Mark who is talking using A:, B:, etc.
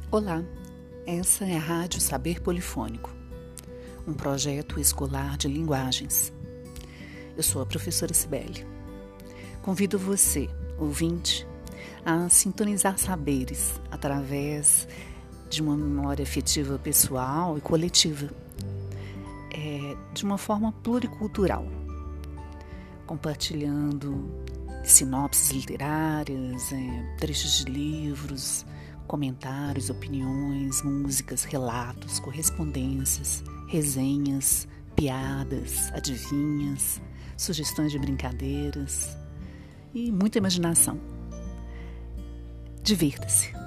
A: Olá, essa é a Rádio Saber Polifônico, um projeto escolar de linguagens. Eu sou a professora Cibele. Convido você, ouvinte, a sintonizar saberes através de uma memória afetiva pessoal e coletiva, de uma forma pluricultural, compartilhando sinopses literárias, trechos de livros, comentários, opiniões, músicas, relatos, correspondências, resenhas, piadas, adivinhas, sugestões de brincadeiras e muita imaginação. Divirta-se!